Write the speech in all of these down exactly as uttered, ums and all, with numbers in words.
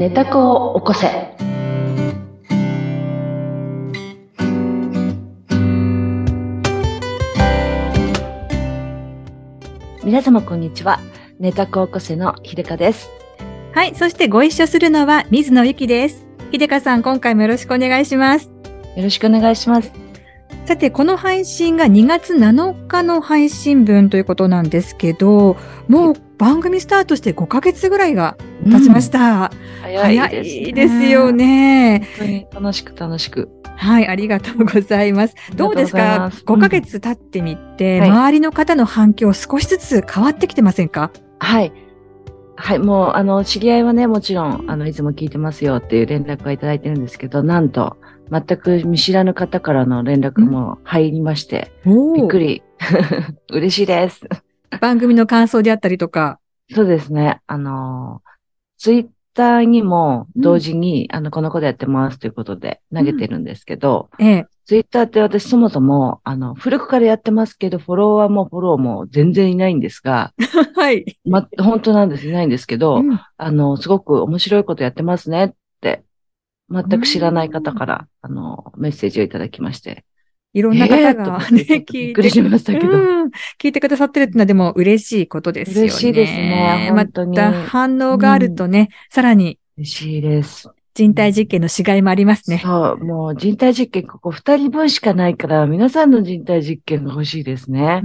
寝た子を起こせ。皆様こんにちは。寝た子を起こせの秀香です。 はい、そしてご一緒するのは水野ゆきです。秀香さん、今回もよろしくお願いします。 よろしくお願いします。 さて、この配信がにがつなのかの配信分ということなんですけど、もう番組スタートしてごかげつぐらいが経ちました。 うん、早いですね。 早いですよね。 本当に楽しく楽しく。 はい、ありがとうございます。どうですか？ごかげつ経ってみて、うん、周りの方の反響少しずつ変わってきてませんか？ はい。はい、もう、あの、知り合いはね、もちろん、あの、いつも聞いてますよっていう連絡はいただいてるんですけど、なんと、全く見知らぬ方からの連絡も入りまして、びっくり。嬉しいです。 番組の感想であったりとか。 そうですね。あの、ツイッターにも同時に、うん、あの、このことやってますということで投げてるんですけど、 うん、ええ、 ツイッターって私そもそも、あの、古くからやってますけど、フォロワーもフォローも全然いないんですが、 はい。 ま、本当なんです、いないんですけど、 うん、 あの、すごく面白いことやってますねって、全く知らない方から、あの、メッセージをいただきまして。 いろんな方がね、 えー、 聞いて、 びっくりしましたけど、 うん、聞いてくださってるってのはでも嬉しいことですよね。 嬉しいですね、本当に。 また反応があるとね、うん、さらに。 嬉しいです。 人体実験のしがいもありますね。 そう、もう人体実験ここふたりぶんしかないから、皆さんの人体実験が欲しいですね。 うん、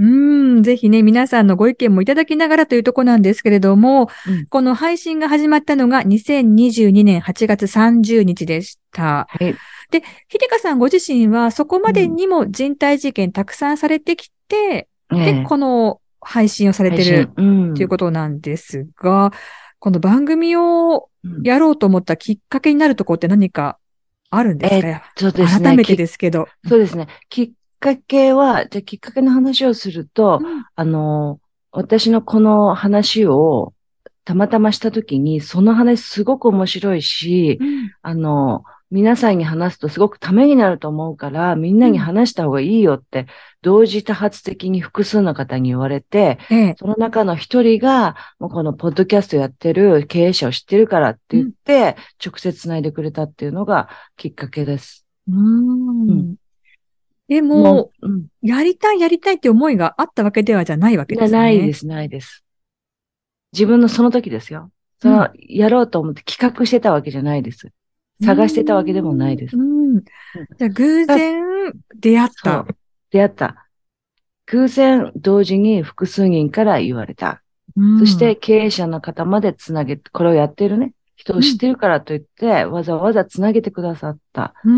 ぜひね、皆さんのご意見もいただきながらというところなんですけれども、うん、この配信が始まったのがにせんにじゅうにねんはちがつさんじゅうにちでした。 はい。 で、秀香さんご自身はそこまでにも人体実験たくさんされてきて、うん、で、この配信をされてると、うん、いうことなんですが、この番組をやろうと思ったきっかけになるところって何かあるんですか？ えー、そうですね。 改めてですけど。 そうですね。きっかけは、じゃあきっかけの話をすると、うん、あの、私のこの話をたまたましたときに、その話すごく面白いし、うん、あの、皆さんに話すとすごくためになると思うから、みんなに話した方がいいよって、同時多発的に複数の方に言われて、ええ、その中の一人が、もうこのポッドキャストやってる経営者を知ってるからって言って、うん、直接つないでくれたっていうのがきっかけです。 うーん、うん、でも、うん、やりたいやりたいって思いがあったわけではじゃないわけですね。 ないです、ないです。自分のその時ですよ。その、うん、やろうと思って企画してたわけじゃないです。探してたわけでもないです。 うん、じゃあ偶然出会った。 そう。出会った。偶然同時に複数人から言われた。うん、そして経営者の方までつなげて、これをやってるね、人を知ってるからといって、うん、わざわざつなげてくださった。うん、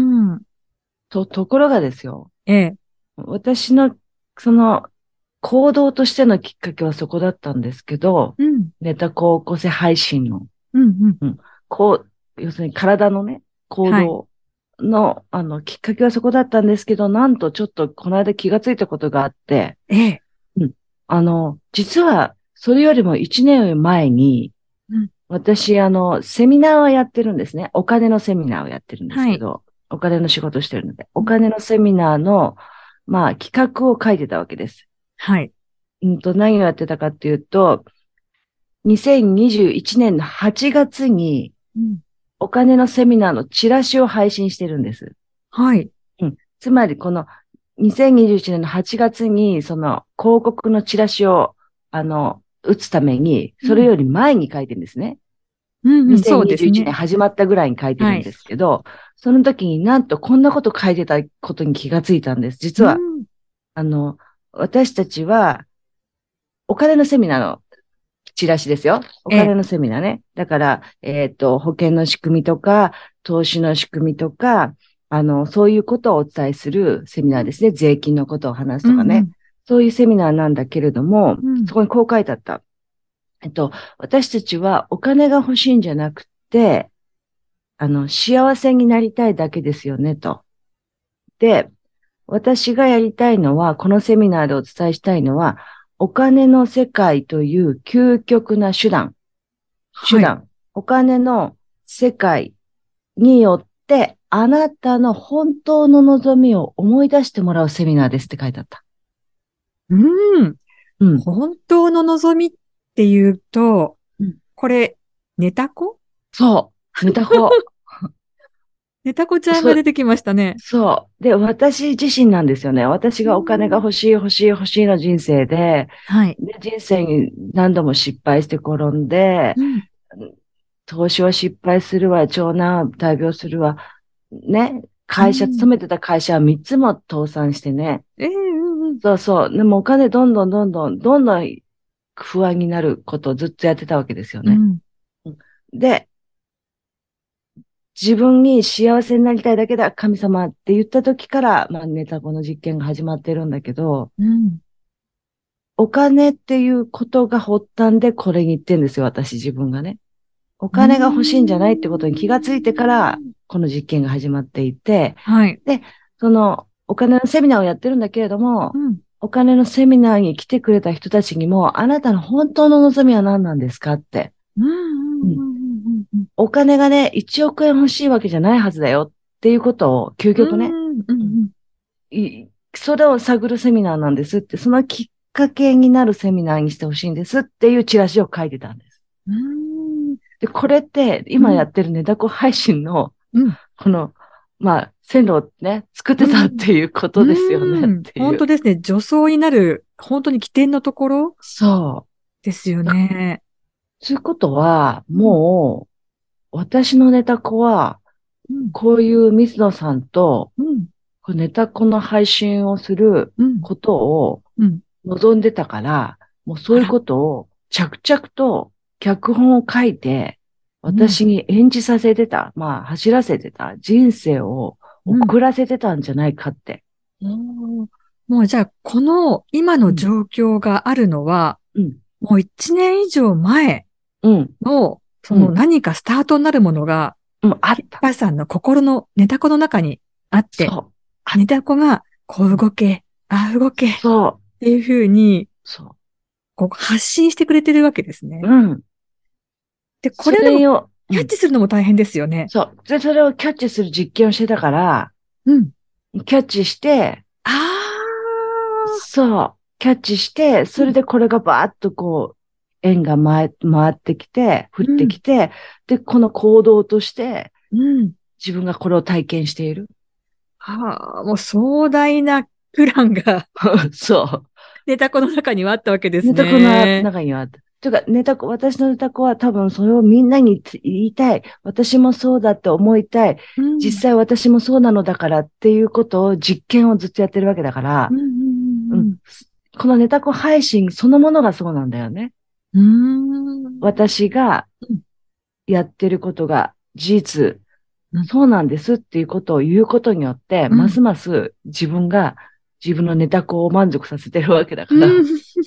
と、ところがですよ。 ええ、 私の、その、行動としてのきっかけはそこだったんですけど、うん、ネタ高校生配信の、うんうんうん、こう、要するに体のね、行動の、はい、あの、きっかけはそこだったんですけど、なんとちょっとこの間気がついたことがあって、 ええ、 うん、あの、実は、それよりもいちねんまえに、うん、私、あの、セミナーをやってるんですね。お金のセミナーをやってるんですけど、はい、お金の仕事してるので、お金のセミナーの、まあ、企画を書いてたわけです。 はい。 うんと、何をやってたかっていうと、にせんにじゅういちねんのはちがつに、お金のセミナーのチラシを配信してるんです。 はい。 うん。つまり、このにせんにじゅういちねんのはちがつに、その広告のチラシを、あの、打つために、それより前に書いてるんですね。 うんうん、 にせんにじゅういちねん始まったぐらいに書いてるんですけど、はい、その時になんとこんなこと書いてたことに気がついたんです。実は、うん、あの、私たちは、お金のセミナーのチラシですよ。お金のセミナーね。だから、えっと、保険の仕組みとか、投資の仕組みとか、あの、そういうことをお伝えするセミナーですね。税金のことを話すとかね。うんうん、そういうセミナーなんだけれども、うん、そこにこう書いてあった。えっと、私たちはお金が欲しいんじゃなくて、あの、幸せになりたいだけですよね、と。で、私がやりたいのは、このセミナーでお伝えしたいのは、お金の世界という究極な手段。手段。はい、お金の世界によって、あなたの本当の望みを思い出してもらうセミナーですって書いてあった。 うん。うん、本当の望みっていうと、うん、これ、ネタ子？ そネタ子。 ネタ子ちゃんが出てきましたね。 そう。で、私自身なんですよね。私がお金が欲しい欲しい欲しいの人生で、 はい。 で、人生に何度も失敗して転んで、 うん。 投資は失敗するわ、長男は大病するわ、ね。 う会社、勤ん。 めてた会社はみっつも倒産してね。 ええうんうん。 そうそう。でもお金どんどんどんどん、どんどん不安になることをずっとやってたわけですよね。 うん。 で、自分に幸せになりたいだけだ、神様って言った時から、まあ、ネタこの実験が始まってるんだけど、 うん。 お金っていうことが発端でこれに言ってんですよ、私自分がね。おうー金が欲しいんじゃないってことに気がついてから、 ん。 この実験が始まっていて、 はい。 で、その、お金のセミナーをやってるんだけれども、 うん。 お金のセミナーに来てくれた人たちにも、あなたの本当の望みは何なんですかって。 うん。ううん。 ん。うん。 お金がね、いちおく円欲しいわけじゃないはずだよっていうことを、究う極ね、 ん。ううん、 ん。 いそれを探るセミナーなんですって、そのきっかけになるセミナーにしてほしいんですっていうチラシを書いてたんです。 うん。 で、これって今やってるネタコ配信の、 うん。 この、まあ、線路をね、作ってたっうん。 ていうことですよねっうん。 ていう。 本当ですね。助走になる、本当に起点のところそう。 ですよだね。 そういうことは、 うん。 もう、私のネタコは、 うん。 こういう水野さんと、 うん。 こうネタコの配信をするうん。 ことをうん。 望んでたから、もうそういうあら。 ことを着々と脚本を書いて、 うん。 私に演じさせてた、まあ走らせてた人生をうん。 送らせてたんじゃないかって。 おーもうじゃあ、この今うん、 の状況があるのは、 うん、 もう一年以上前うん、 の、そうん、 の何かスタートになるものが、 うん、あっヒッた。 パさんの心のネタコの中にあって、 そう、あっネた。 タコが、こううん、 動け、ああ動け、っそう、 ていうふうに、 そこう発信してくれてるわけですう、 ね。 うん。 で、こそれをでも、 れを、うん、 キャッチするのも大変ですよね。 そう。で、それをキャッチする実験をしてたから、 うん。 キャッチして、 ああ、 そう、キャッチして、 うん、 それでこれがバーッとこう、円が回、回ってきて、降ってうん、 きて、で、この行動としてうん。 自分がこれを体験している。 はあ、もう壮大なプランがそう。 ネタコの中にはあったわけですネタ子のね。 中にはあった。というか、ネタ子、私のネタ子は多分それをみんなに言いたい。私もそうだって思いたい。 うん、 実際私もそうなのだからっていうことを実験をずっとやってるわけだから、 うん、 うん。このネタ子配信そのものがそうなんだよね。 うん、うん。うーん。 私がやってることが事実、そうなんですっていうことを言うことによって、 うん。 ますます自分が自分のネタ子を満足させてるわけだうから。 ん。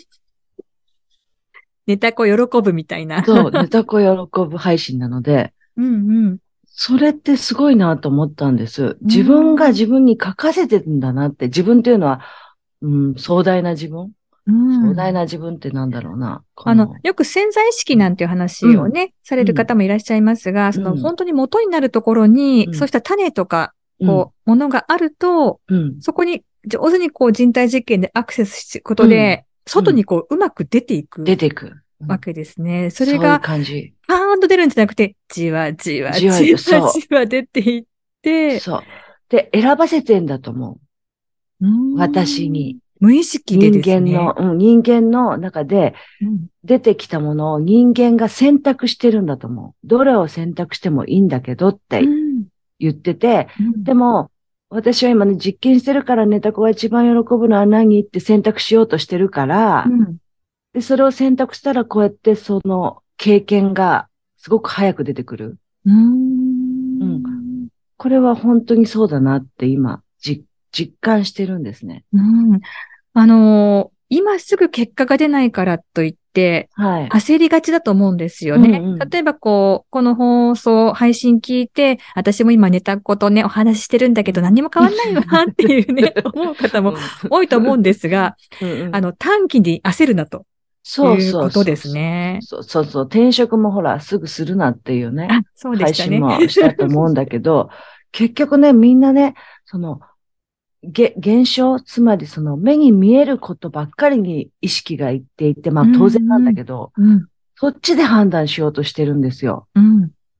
ネタ子喜ぶみたいな。 そう、ネタ子喜ぶ配信なので、 うん、うん。 それってすごいなと思ったんです。 う自分がん。 自分に書かせてるんだなって、自分というのは、うん、壮大な自分う壮大ん。 な自分ってなんだろうな。こあの、 の、 よく潜在意識うん、 なんていう話うん、 をね、されうん、 る方もいらっしゃいますが、そのうん、 本当に元になるところに、 うん、 そうした種とか、 うん、 こう、ものがあると、 うん、 そこに上手にこう人体実験でアクセスすることうん、 で、 うん。 外にこううまく出ていく出てく。うん、 わけですね。それそういうが、 感じ。 パーンと出るんじゃなくて、じわじわじわ、 じわそじわ出ていっう、 て、 そう。で、選ばせてんだと思う。 うーん、 私に。 無意識で人ですね。 間の、うん、人間の中でうん、 出てきたものを人間が選択してるんだと思う。どれを選択してもいいんだけどってうん、 言ってて、 うん、 でも、私は今ね、実験してるからネタ子が一番喜ぶのは何って選択しようとしてるから、 うん、 で、それを選択したらこうやってその経験がすごく早く出てくる。 うーうん。 ん。 これは本当にそうだなって今、じ、実感してるんですね。 うん。あのー今すぐ結果が出ないからといって、 はい。 焦りがちだと思うんですようんね。 うん。 例えばこう、この放送、配信聞いて、私も今寝たことね、お話ししてるんだけどうん。 何にも変わんないわっていうね、思う方もうん。 多いと思うんですが、 うんうん。 あの、短期に焦るなというそうそうことですそうそう。 ね。 そうそうそう。転職もほら、すぐするなっていうね、 あ、そうで配したね。 信もしたと思うんだけど、結局ね、みんなね、その、げ、現象、つまりその目に見えることばっかりに意識がいっていて、まうあ当然なんんうん。 だけど、 うん。 そっちで判断しようとしてるんですよ。 うん。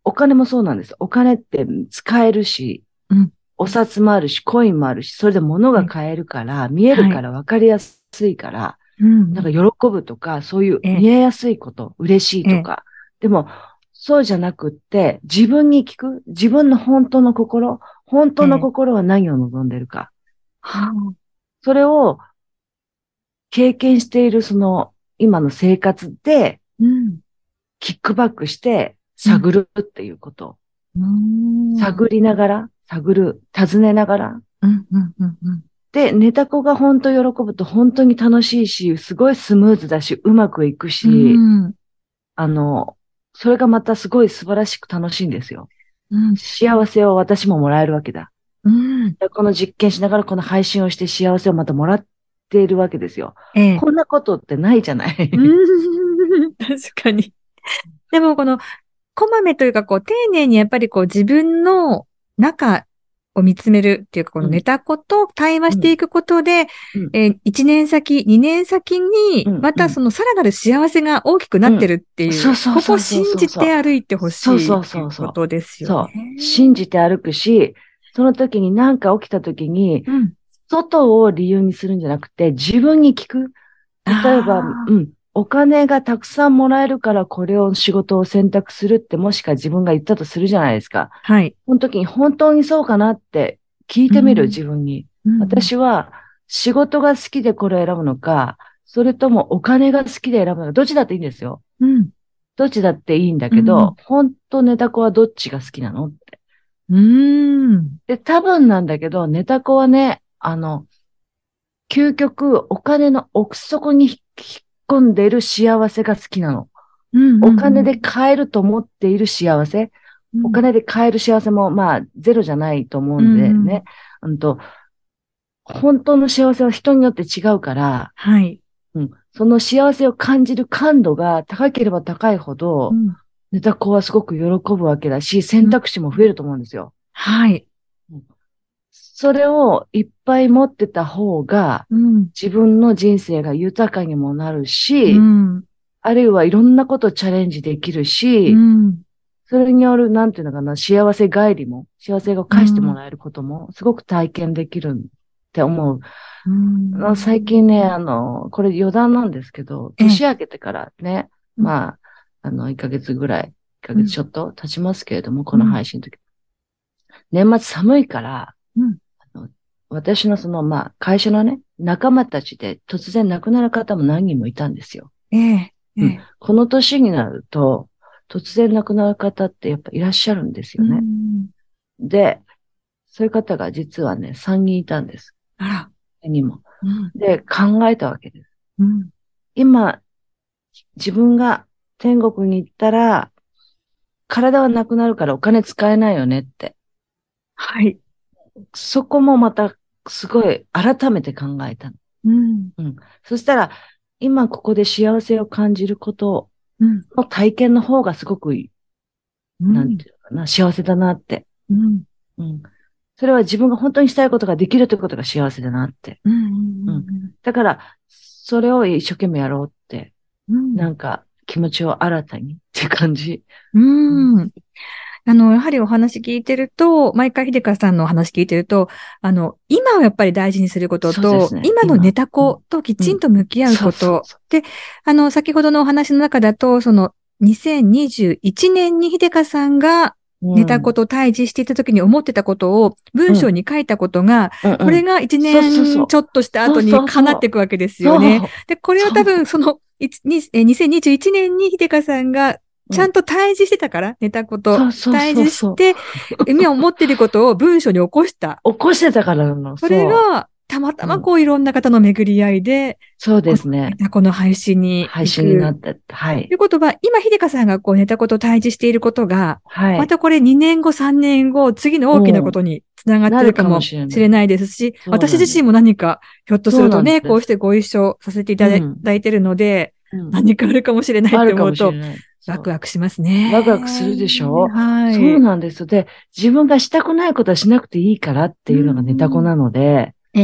お金もそうなんです。お金って使えるし、うん、お札もあるし、コインもあるし、それで物が買えるから、はい、見えるから分かりやすいから、うん、なんか喜ぶとか、そういう見えやすいこと、嬉しいとか。でも、そうじゃなくって、自分に聞く、自分の本当の心、本当の心は何を望んでるか。それを経験しているその今の生活で、キックバックして探るっていうこと。うん、探りながら、探る、尋ねながら。うんうんうんうん、で、寝た子が本当喜ぶと本当に楽しいし、すごいスムーズだし、うまくいくし、うん、あの、それがまたすごい素晴らしく楽しいんですよ。うん、幸せを私ももらえるわけだ。うん、この実験しながらこの配信をして幸せをまたもらっているわけですよ。ええ、こんなことってないじゃない。 うん、確かに。でもこの、こまめというか、こう、丁寧にやっぱりこう、自分の中を見つめるっていうか、この寝た子と対話していくことで、うんえー、いちねん先、にねん先に、またそのさらなる幸せが大きくなってるっていう、ここを信じて歩いてほしいっていうことですよね。 そう。信じて歩くし、その時に何か起きた時に、うん、外を理由にするんじゃなくて、自分に聞く。例えば、うん。お金がたくさんもらえるからこれを仕事を選択するってもしか自分が言ったとするじゃないですか。はい。その時に本当にそうかなって聞いてみる、うん、自分に、うん。私は仕事が好きでこれを選ぶのか、それともお金が好きで選ぶのか、どっちだっていいんですよ。うん。どっちだっていいんだけど、うん、本当寝た子はどっちが好きなのって。うーん。で、多分なんだけど、寝た子はね、あの、究極お金の奥底に引っ込んでいる幸せが好きなの。うんうんうん、お金で買えると思っている幸せ、うん、お金で買える幸せもまあゼロじゃないと思うんでね。うん、うんと本当の幸せは人によって違うから、はい。うん、その幸せを感じる感度が高ければ高いほど、うん、寝た子はすごく喜ぶわけだし、選択肢も増えると思うんですよ。うん、はい。それをいっぱい持ってた方が、うん、自分の人生が豊かにもなるし、うん、あるいはいろんなことをチャレンジできるし、うん、それによる、なんていうのかな、幸せ帰りも、幸せを返してもらえることも、すごく体験できるって思う。うん、最近ね、あの、これ余談なんですけど、年明けてからね、まあ、あの、いっかげつぐらい、いっかげつちょっと経ちますけれども、この配信の時。年末寒いから、うん私のその、まあ、会社のね、仲間たちで突然亡くなる方も何人もいたんですよ。ええええうん、この年になると、突然亡くなる方ってやっぱいらっしゃるんですよね。で、そういう方が実はね、さんにんいたんです。あら。にも、うん。で、考えたわけです。うん、今、自分が天国に行ったら、体はなくなるからお金使えないよねって。はい。そこもまた、すごい改めて考えたの。うん。うん。そしたら、今ここで幸せを感じることの体験の方がすごくいい。うん、なんていうのかな、幸せだなって。うん。うん。それは自分が本当にしたいことができるということが幸せだなって。うん。うん。だから、それを一生懸命やろうって。うん、なんか、気持ちを新たにって感じ。 うん。うんあの、やはりお話聞いてると、毎回秀香さんのお話聞いてると、あの、今をやっぱり大事にすることと、ね、今の寝た子ときちんと向き合うこと。で、あの、先ほどのお話の中だと、その、にせんにじゅういちねんに秀香さんが寝た子と対峙していた時に思ってたことを文章に書いたことが、うんうん、これがいちねんちょっとした後に叶っていくわけですよね。で、これは多分その、にせんにじゅういちねんに秀香さんがちゃんと対峙してたから、寝たこと。対峙して、夢を持っていることを文章に起こした。 起こしてたからなの。 それが、たまたまこういろんな方の巡り合いで、 そうですね。 この配信に行く。 配信になった。はい。 ということは、今、秀香さんがこう寝たこと対峙していることが、はい。またこれにねんご、さんねんご、次の大きなことにつながっているかもしれないですし、私自身も何か、ひょっとするとね、こうしてご一緒させていただいているので、何かあるかもしれないって思うと、ワクワクしますね。 ワクワクするでしょ？はい。そうなんです。で、自分がしたくないことはしなくていいからっていうのが寝た子なので、ええ。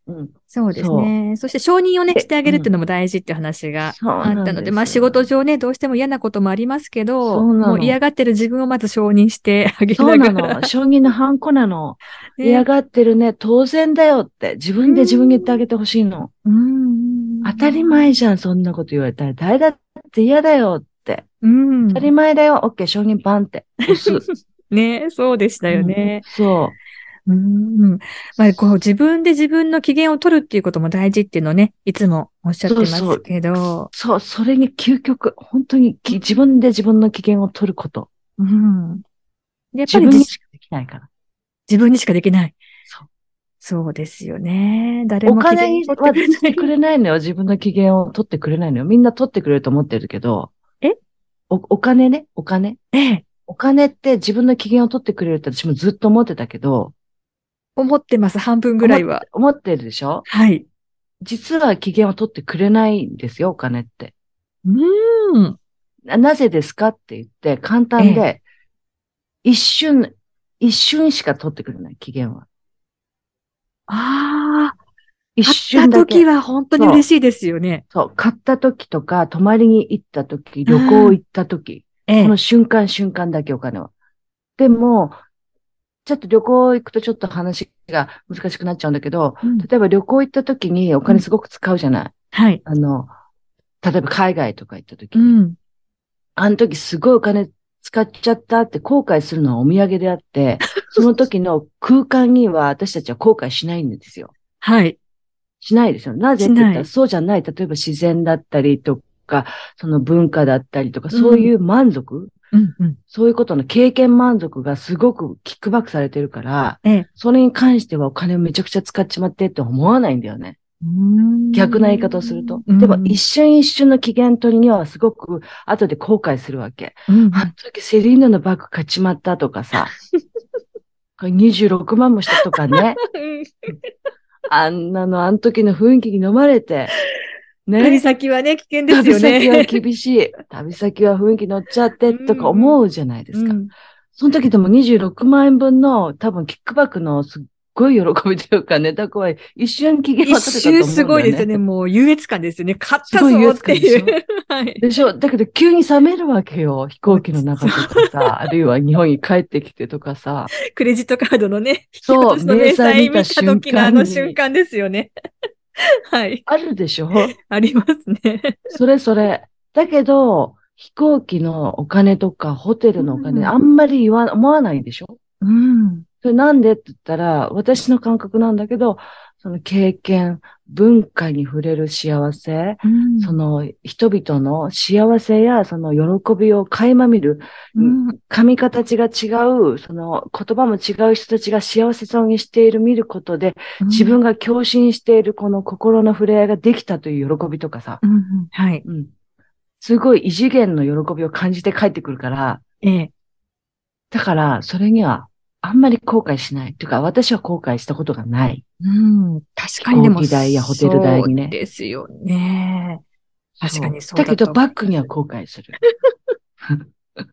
うん。 そうですね。そして承認をね、してあげるっていうのも大事っていう話があったので、まあ仕事上ね、どうしても嫌なこともありますけど、もう嫌がってる自分をまず承認してあげながら。 そうなの。承認のハンコなの。ね、嫌がってるね、当然だよって自分で自分に言ってあげてほしいの。うん。当たり前じゃん、そんなこと言われたら。誰だって嫌だよって。うん。当たり前だよ。オッケー、承認パンって押す。 ね、そうでしたよね。 うん、そう。 うん。まあ、こう、自分で自分の機嫌を取るっていうことも大事っていうのをね、いつもおっしゃってますけど。 そうそう、そう、それに究極、本当にき、自分で自分の機嫌を取ること。うん。やっぱり自分にしかできないから。 自分にしかできない。 そう。 そうですよね。誰も機嫌を取ってくれない。お金はしてくれないのよ。自分の機嫌を取ってくれないのよ。みんな取ってくれると思ってるけど。 えお、お金ね、お金。 ええ。 お金って自分の機嫌を取ってくれるって私もずっと思ってたけど。 思ってます、半分ぐらいは。 思ってるでしょ？ はい。 実は機嫌を取ってくれないんですよ、お金って。 うーん。 な、なぜですかって言って、簡単で、ええ、一瞬、一瞬しか取ってくれない、機嫌は。 ああ。 一瞬だけ。 買った時は本当に嬉しいですよね。 そう。そう、買った時とか、泊まりに行った時、旅行行った時、ええ、この瞬間瞬間だけお金は。でも、ちょっと旅行行くとちょっと話が難しくなっちゃうんだけど、うん、例えば旅行行った時にお金すごく使うじゃない、うん、はい。あの、例えば海外とか行った時に。うん、あの時すごいお金使っちゃったって後悔するのはお土産であって、その時の空間には私たちは後悔しないんですよ。はい。しないですよ。なぜって言ったらそうじゃない。例えば自然だったりとか、その文化だったりとか、そういう満足、うんうん、そういうことの経験満足がすごくキックバックされてるから、ええ、それに関してはお金をめちゃくちゃ使っちまってって思わないんだよね。逆な言い方をすると。でも一瞬一瞬の機嫌取りにはすごく後で後悔するわけ。うんうん、あの時セリーヌのバッグ買っちまったとかさ。にじゅうろくまんもしたとかね。あんなのあの時の雰囲気に飲まれて。 ね。旅先はね、危険ですよね。 旅先は厳しい。旅先は雰囲気乗っちゃってとか思うじゃないですか。うんうん、その時でもにじゅうろくまんえん分の多分キックバックのすっごい喜びというかネタ怖い。一瞬機嫌を取れたと思うんだよね。一瞬すごいですよね。もう優越感ですよね。勝ったぞっていう。 はい。でしょ。だけど急に冷めるわけよ。飛行機の中とかさ、あるいは日本に帰ってきてとかさ。 クレジットカードのね、引き落としの明細見た時のあの瞬間ですよね。はい。 あるでしょ？ ありますね。 それそれ。だけど、飛行機のお金とかホテルのお金、うん、あんまり言わ、思わないでしょ？うん。それなんでって言ったら、私の感覚なんだけど、その経験、文化に触れる幸せ、うん、その人々の幸せやその喜びを垣間見る、うん、髪形が違う、その言葉も違う人たちが幸せそうにしている見ることで、うん、自分が共振しているこの心の触れ合いができたという喜びとかさ、うん、はい、うん。すごい異次元の喜びを感じて帰ってくるから、ええ、だからそれにはあんまり後悔しない。というか、私は後悔したことがない。 うん。確かにでも。 飛行機代やホテル代にね。 そうですよね。確かにそうだと。だけど、バッグには後悔する。 確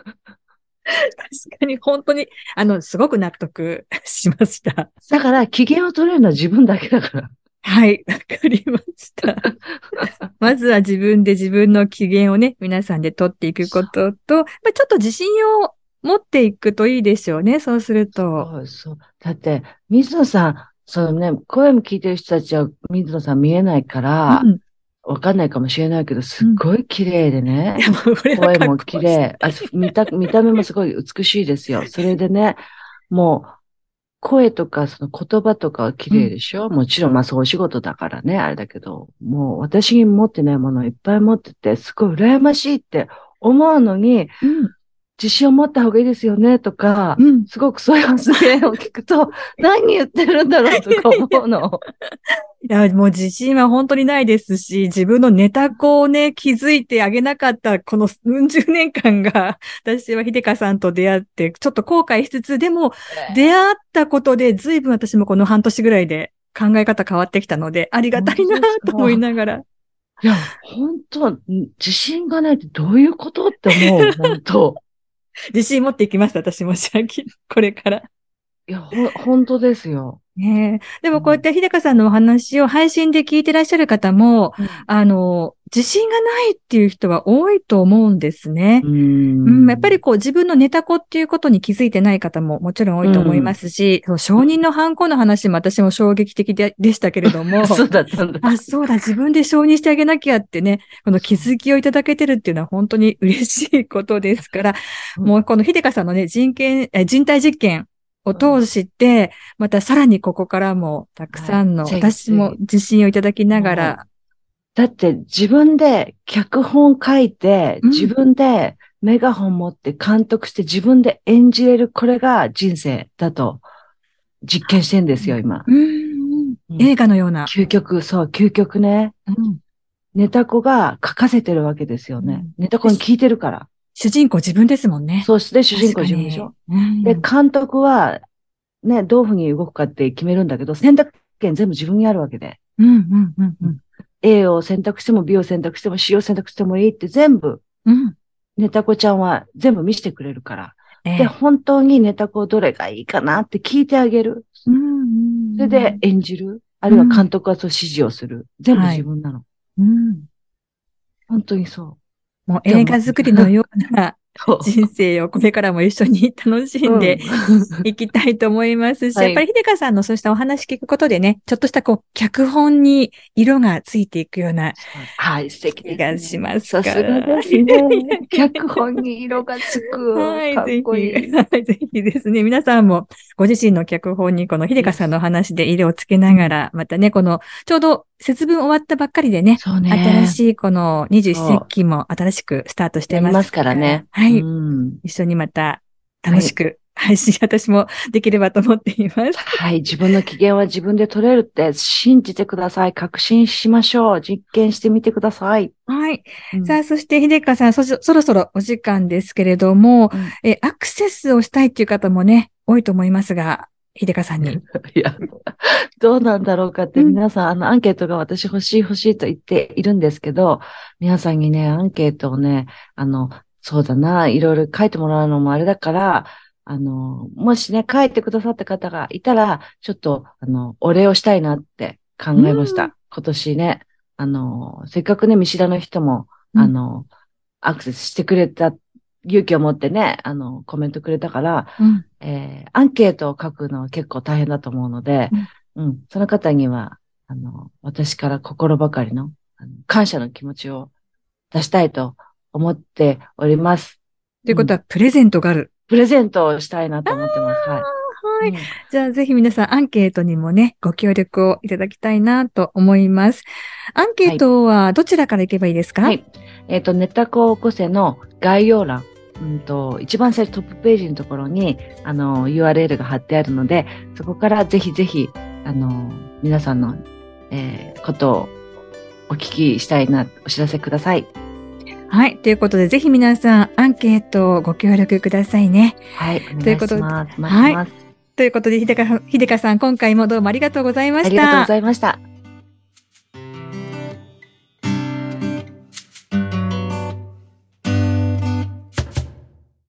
かに、本当に、あの、すごく納得しました。 だから、機嫌を取れるのは自分だけだから。 はい、わかりました。まずは自分で自分の機嫌をね、皆さんで取っていくことと、まあ、ちょっと自信を持っていくといいでしょうね、そうすると。 そうそう。だって、水野さん、そうね、声も聞いてる人たちは水野さん見えないから、うん、わかんないかもしれないけど、すっごい綺麗でね。うん、声も綺麗あ見た。見た目もすごい美しいですよ。それでね、もう、声とかその言葉とかは綺麗でしょ、うん、もちろんまあそうお仕事だからね、あれだけど、もう私に持ってないものをいっぱい持ってて、すごい羨ましいって思うのに、うん、自信を持った方がいいですよねとか、うん、すごくそういう発言を聞くと、何言ってるんだろうとか思うの。 いや、もう自信は本当にないですし、自分のネタ子をね、気づいてあげなかったこのうん十年間が、私は秀香さんと出会って、ちょっと後悔しつつ、でも、出会ったことで、随分私もこの半年ぐらいで考え方変わってきたので、ありがたいなと思いながら。 いや、本当自信がないってどういうことって思う、本当自信持っていきます、私も、これから。 いや、ほ、本当ですよ。 ねえ。でもこうやって秀香さんのお話を配信で聞いてらっしゃる方も、うん、あの、自信がないっていう人は多いと思うんですね。 うん、 うん、やっぱりこう自分のネタ子っていうことに気づいてない方ももちろん多いと思いますし、うん、承認のハンコの話も私も衝撃的ででしたけれども。 そうだったんだ。 あ、そうだ、自分で承認してあげなきゃってね、この気づきをいただけてるっていうのは本当に嬉しいことですから、うん、もうこの秀香さんのね、人権、え人体実験を通して、またさらにここからもたくさんの、はい、私も自信をいただきながら。 だって自分で脚本書いて、うん、自分でメガホン持って監督して自分で演じれる、これが人生だと実験してんですよ、今。 うんうん、映画のような。 究極、そう、究極ね。うん、ネタ子が書かせてるわけですよね。うん、ネタ子に聞いてるから。 主人公自分ですもんね。 そして主人公自分でしょ。うん、で、監督は、ね、どういうふうに動くかって決めるんだけど、選択権全部自分にあるわけで。 うんうんうんうん、 A を選択しても B を選択しても C を選択してもいいって全部、うん、ネタ子ちゃんは全部見せてくれるから。ええ、で、本当にネタ子どれがいいかなって聞いてあげる。うんうんうん、それで演じる。あるいは監督はそう指示をする。うん、全部自分なの。はい、うん、本当にそう。 もう映画作りのような人生をこれからも一緒に楽しんでいきたいと思いますし、うん、やっぱり秀香さんのそうしたお話聞くことでね、ちょっとしたこう、脚本に色がついていくような気がしますから。 さすがですね。脚本に色がつく。はい、かっこいい。 ぜひ、ぜひですね、皆さんもご自身の脚本にこの秀香さんのお話で色をつけながら、うん、またね、この、ちょうど節分終わったばっかりでね、 そうね、 新しいこの二十四節気も新しくスタートしてますから。 ますからね。 はい。うん、一緒にまた楽しく配信、はい、私もできればと思っています。 はい。自分の機嫌は自分で取れるって信じてください。確信しましょう。実験してみてください。 はい。うん、さあ、そして秀香さんそ、そろそろお時間ですけれども、うん、え、アクセスをしたいっていう方もね、多いと思いますが、秀香さんに。 いや、どうなんだろうかって、皆さん、うん、あの、アンケートが私欲しい欲しいと言っているんですけど、皆さんにね、アンケートをね、あの、そうだな、いろいろ書いてもらうのもあれだから、あの、もしね、書いてくださった方がいたら、ちょっと、あの、お礼をしたいなって考えました。うん、今年ね、あの、せっかくね、見知らぬ人も、うん、あの、アクセスしてくれた、勇気を持ってね、あの、コメントくれたから、うんえー、アンケートを書くのは結構大変だと思うので、うん、うん、その方には、あの、私から心ばかりの、あの感謝の気持ちを出したいと思っております。 ということは、プレゼントがある。 プレゼントをしたいなと思ってます。はい。 はい、うん。じゃあ、ぜひ皆さん、アンケートにもね、ご協力をいただきたいなと思います。アンケートはどちらから行けばいいですか？ はい。えっと、ネタ子を起こせの概要欄。うんと、一番最初トップページのところに、あの、ユーアールエル が貼ってあるので、そこからぜひぜひ、あの、皆さんの、えー、ことをお聞きしたいな、お知らせください。 はい。ということで、ぜひ皆さん、アンケートをご協力くださいね。 はい。お願いします。 はい。ということで、秀香、秀香さん、今回もどうもありがとうございました。 ありがとうございました。